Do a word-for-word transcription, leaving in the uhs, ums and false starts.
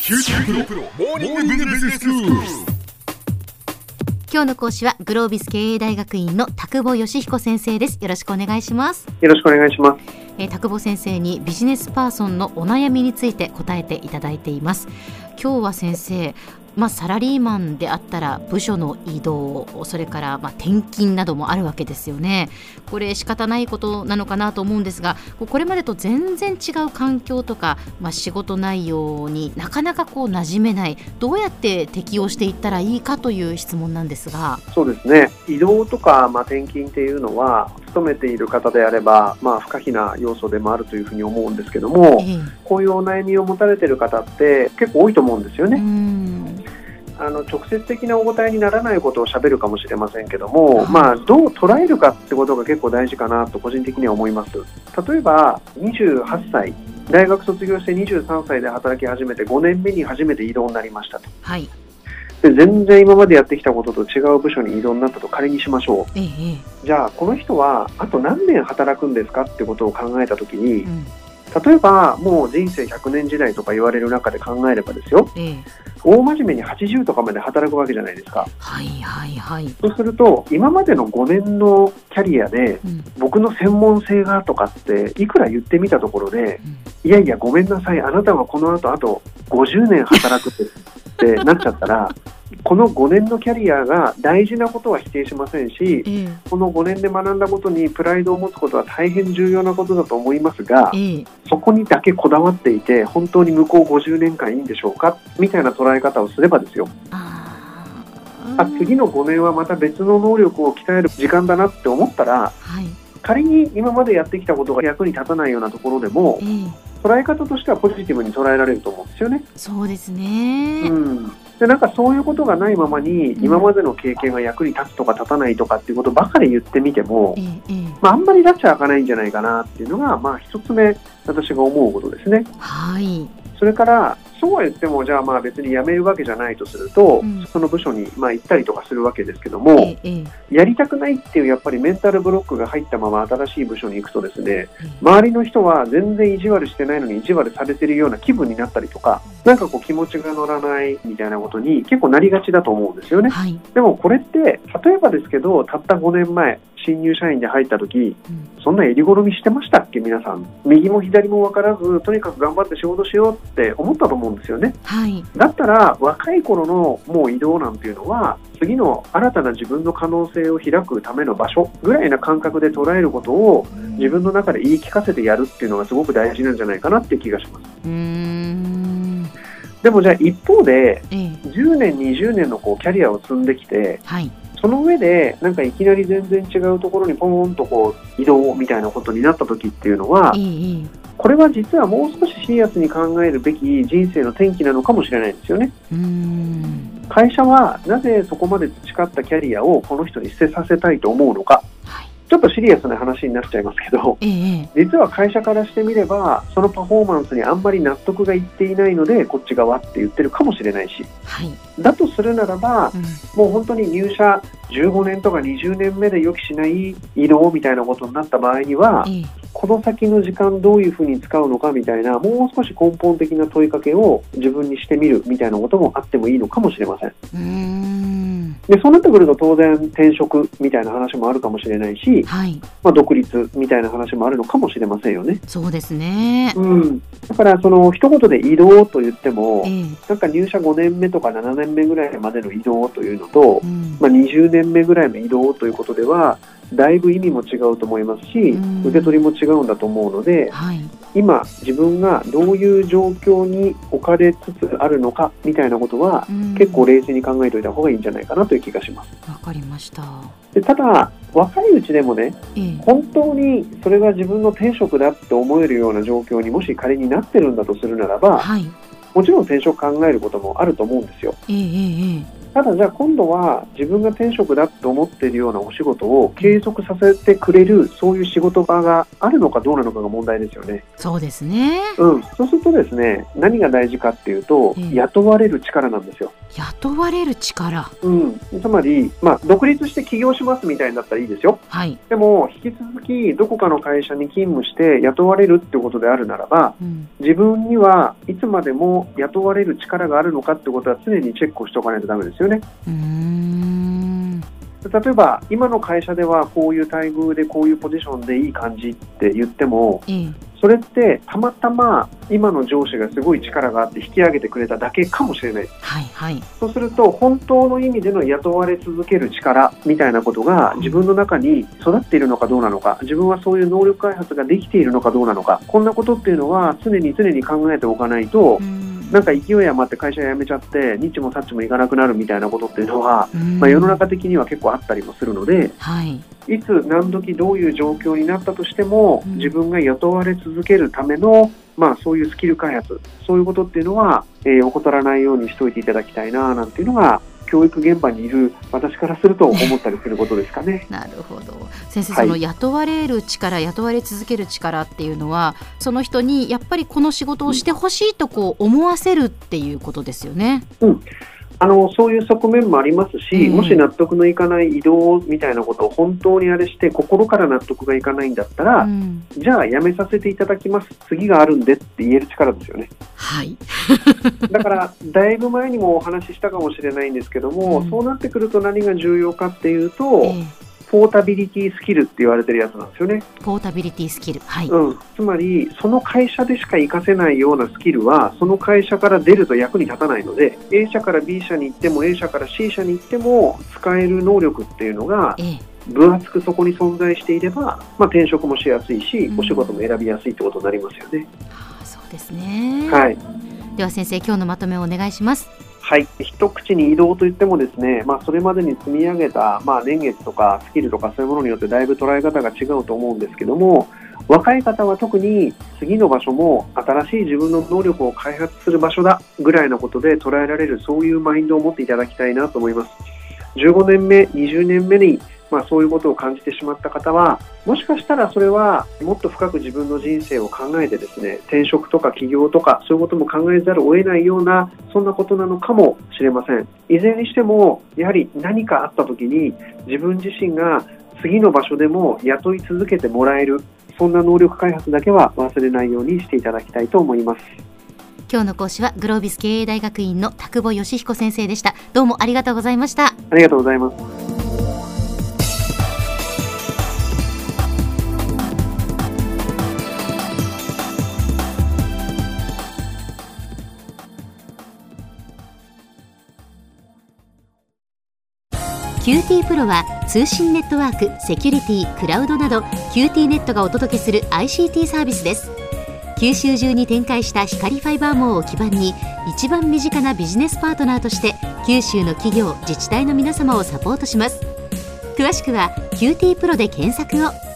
キューティープロモーニングビジネススクール。 今日の講師はグロービス経営大学院の田久保義彦先生です。よろしくお願いします。 よろしくお願いします。 えー、田久保先生にビジネスパーソンのお悩みについて答えていただいています。今日は先生、まあ、サラリーマンであったら部署の移動、それからまあ転勤などもあるわけですよね。これ仕方ないことなのかなと思うんですが、これまでと全然違う環境とか、まあ、仕事内容になかなかこう馴染めない、どうやって適応していったらいいかという質問なんですが。 そうですね、移動とか、まあ、転勤っていうのは勤めている方であれば、まあ、不可避な要素でもあるというふうに思うんですけども、えー、こういうお悩みを持たれている方って結構多いと思うんですよね。うんあの直接的なお答えにならないことをしゃべるかもしれませんけども、まあ、どう捉えるかってことが結構大事かなと個人的には思います。例えばにじゅうはっさい、大学卒業してにじゅうさんさいで働き始めてごねんめに初めて異動になりましたと、はい、で全然今までやってきたことと違う部署に異動になったと仮にしましょう、ええ、じゃあこの人はあと何年働くんですかってことを考えたときに、うん、例えばもう人生ひゃくねん時代とか言われる中で考えればですよ、ええ、大真面目にはちじゅうとかまで働くわけじゃないですか。はいはいはい。そうすると今までのごねんのキャリアで、うん、僕の専門性がとかっていくら言ってみたところで、うん、いやいやごめんなさい、あなたはこの後あとごじゅうねん働くってなっちゃったらこのごねんのキャリアが大事なことは否定しませんし、えー、このごねんで学んだことにプライドを持つことは大変重要なことだと思いますが、えー、そこにだけこだわっていて本当に向こうごじゅうねんかんいいんでしょうかみたいな捉え方をすればですよ、ああ次のごねんはまた別の能力を鍛える時間だなって思ったら、はい、仮に今までやってきたことが役に立たないようなところでも、えー、捉え方としてはポジティブに捉えられると思うんですよね。 そうですね、 うんでなんかそういうことがないままに今までの経験が役に立つとか立たないとかっていうことばかり言ってみても、ええまあ、あんまり立ちは開かないんじゃないかなっていうのが、まあ、一つ目私が思うことですね。はい。それからそうは言ってもじゃあまあ別に辞めるわけじゃないとすると、うん、その部署にまあ行ったりとかするわけですけども、ええ、やりたくないっていうやっぱりメンタルブロックが入ったまま新しい部署に行くとですね、え、周りの人は全然意地悪してないのに意地悪されてるような気分になったりとか、なんかこう気持ちが乗らないみたいなことに結構なりがちだと思うんですよね、はい、でもこれって例えばですけどたったごねんまえ新入社員で入った時、うん、そんな襟好みしてましたっけ？皆さん右も左も分からずとにかく頑張って仕事しようって思ったと思うんですよね、はい、だったら若い頃のもう移動なんていうのは次の新たな自分の可能性を開くための場所ぐらいな感覚で捉えることを自分の中で言い聞かせてやるっていうのがすごく大事なんじゃないかなっていう気がします。うーんでもじゃあ一方で、ええ、じゅうねんにじゅうねんのこうキャリアを積んできて、はい、その上でなんかいきなり全然違うところにポーンとこう移動みたいなことになった時っていうのは、ええ、これは実はもう少しシリアスに考えるべき人生の転機なのかもしれないんですよね。うーん会社はなぜそこまで培ったキャリアをこの人に捨てさせたいと思うのか、はい、ちょっとシリアスな話になっちゃいますけど、ええ、実は会社からしてみればそのパフォーマンスにあんまり納得がいっていないのでこっち側って言ってるかもしれないし、はい、だとするならば、うん、もう本当に入社じゅうごねんとかにじゅうねんめで予期しない移動みたいなことになった場合には、ええ、この先の時間どういうふうに使うのかみたいなもう少し根本的な問いかけを自分にしてみるみたいなこともあってもいいのかもしれません。うーんでそうなってくると当然転職みたいな話もあるかもしれないし、はいまあ、独立みたいな話もあるのかもしれませんよね。 そうですね、 うん、だからその一言で移動と言っても、えー、なんか入社ごねんめとかななねんめぐらいまでの移動というのと、うんまあ、にじゅうねんめぐらいの移動ということではだいぶ意味も違うと思いますし、受け取りも違うんだと思うので、はい、今自分がどういう状況に置かれつつあるのかみたいなことは結構冷静に考えておいた方がいいんじゃないかなという気がします。 わかりました。 でただ若いうちでもね、ええ、本当にそれが自分の転職だって思えるような状況にもし仮になってるんだとするならば、はい、もちろん転職考えることもあると思うんですよ。ええええただじゃあ今度は自分が転職だと思っているようなお仕事を継続させてくれるそういう仕事場があるのかどうなのかが問題ですよね。 そうですね、 うん、そうするとですね何が大事かっていうと、えー、雇われる力なんですよ。 雇われる力、 うん、つまり、まあ、独立して起業しますみたいになったらいいですよ、 はい、 でも引き続きどこかの会社に勤務して雇われるってことであるならば、うん、自分にはいつまでも雇われる力があるのかってことは常にチェックをしておかないとダメですよね。 うーん、 例えば今の会社ではこういう待遇でこういうポジションでいい感じって言っても、うん、それってたまたま今の上司がすごい力があって引き上げてくれただけかもしれない、 はいはい、 そうすると本当の意味での雇われ続ける力みたいなことが自分の中に育っているのかどうなのか、自分はそういう能力開発ができているのかどうなのか、こんなことっていうのは常に常に考えておかないと、うん、なんか勢い余って会社辞めちゃってニッチもサッチもいかなくなるみたいなことっていうのは、うんまあ、世の中的には結構あったりもするので、はい、いつ何時どういう状況になったとしても、うん、自分が雇われ続けるためのまあ、そういうスキル開発、そういうことっていうのは、えー、怠らないようにしておいていただきたいななんていうのが教育現場にいる私からすると思ったりすることですかね。 なるほど。先生、はい、その雇われる力、雇われ続ける力っていうのはその人にやっぱりこの仕事をしてほしいとこう思わせるっていうことですよね。 うん、あのそういう側面もありますし、うん、もし納得のいかない移動みたいなことを本当にあれして心から納得がいかないんだったら、うん、じゃあ辞めさせていただきます、次があるんでって言える力ですよね。 はいだからだいぶ前にもお話ししたかもしれないんですけども、うん、そうなってくると何が重要かっていうと、えーポータビリティスキルって言われてるやつなんですよね。 ポータビリティスキル、はい、 うん、つまりその会社でしか活かせないようなスキルはその会社から出ると役に立たないので、 A 社から B 社に行っても A 社から C 社に行っても使える能力っていうのが、ええ、分厚くそこに存在していれば、まあ、転職もしやすいし、うん、お仕事も選びやすいってことになりますよね。 はあ、そうですね、 はい、 では先生、今日のまとめをお願いします。 はい、一口に移動といってもですね、まあ、それまでに積み上げた、まあ、年月とかスキルとかそういうものによってだいぶ捉え方が違うと思うんですけども、若い方は特に次の場所も新しい自分の能力を開発する場所だぐらいのことで捉えられる、そういうマインドを持っていただきたいなと思います。じゅうごねんめ、にじゅうねんめにまあ、そういうことを感じてしまった方は、もしかしたらそれはもっと深く自分の人生を考えてですね、転職とか起業とかそういうことも考えざるを得ないような、そんなことなのかもしれません。いずれにしてもやはり何かあった時に自分自身が次の場所でも雇い続けてもらえる、そんな能力開発だけは忘れないようにしていただきたいと思います。 今日の講師はグロービス経営大学院の田久保義彦先生でした。どうもありがとうございました。 ありがとうございます。 キューティー プロは通信ネットワーク、セキュリティ、クラウドなど キューティー ネットがお届けする アイシーティー サービスです。九州中に展開した光ファイバー網を基盤に一番身近なビジネスパートナーとして九州の企業、自治体の皆様をサポートします。詳しくは キューティー プロで検索を。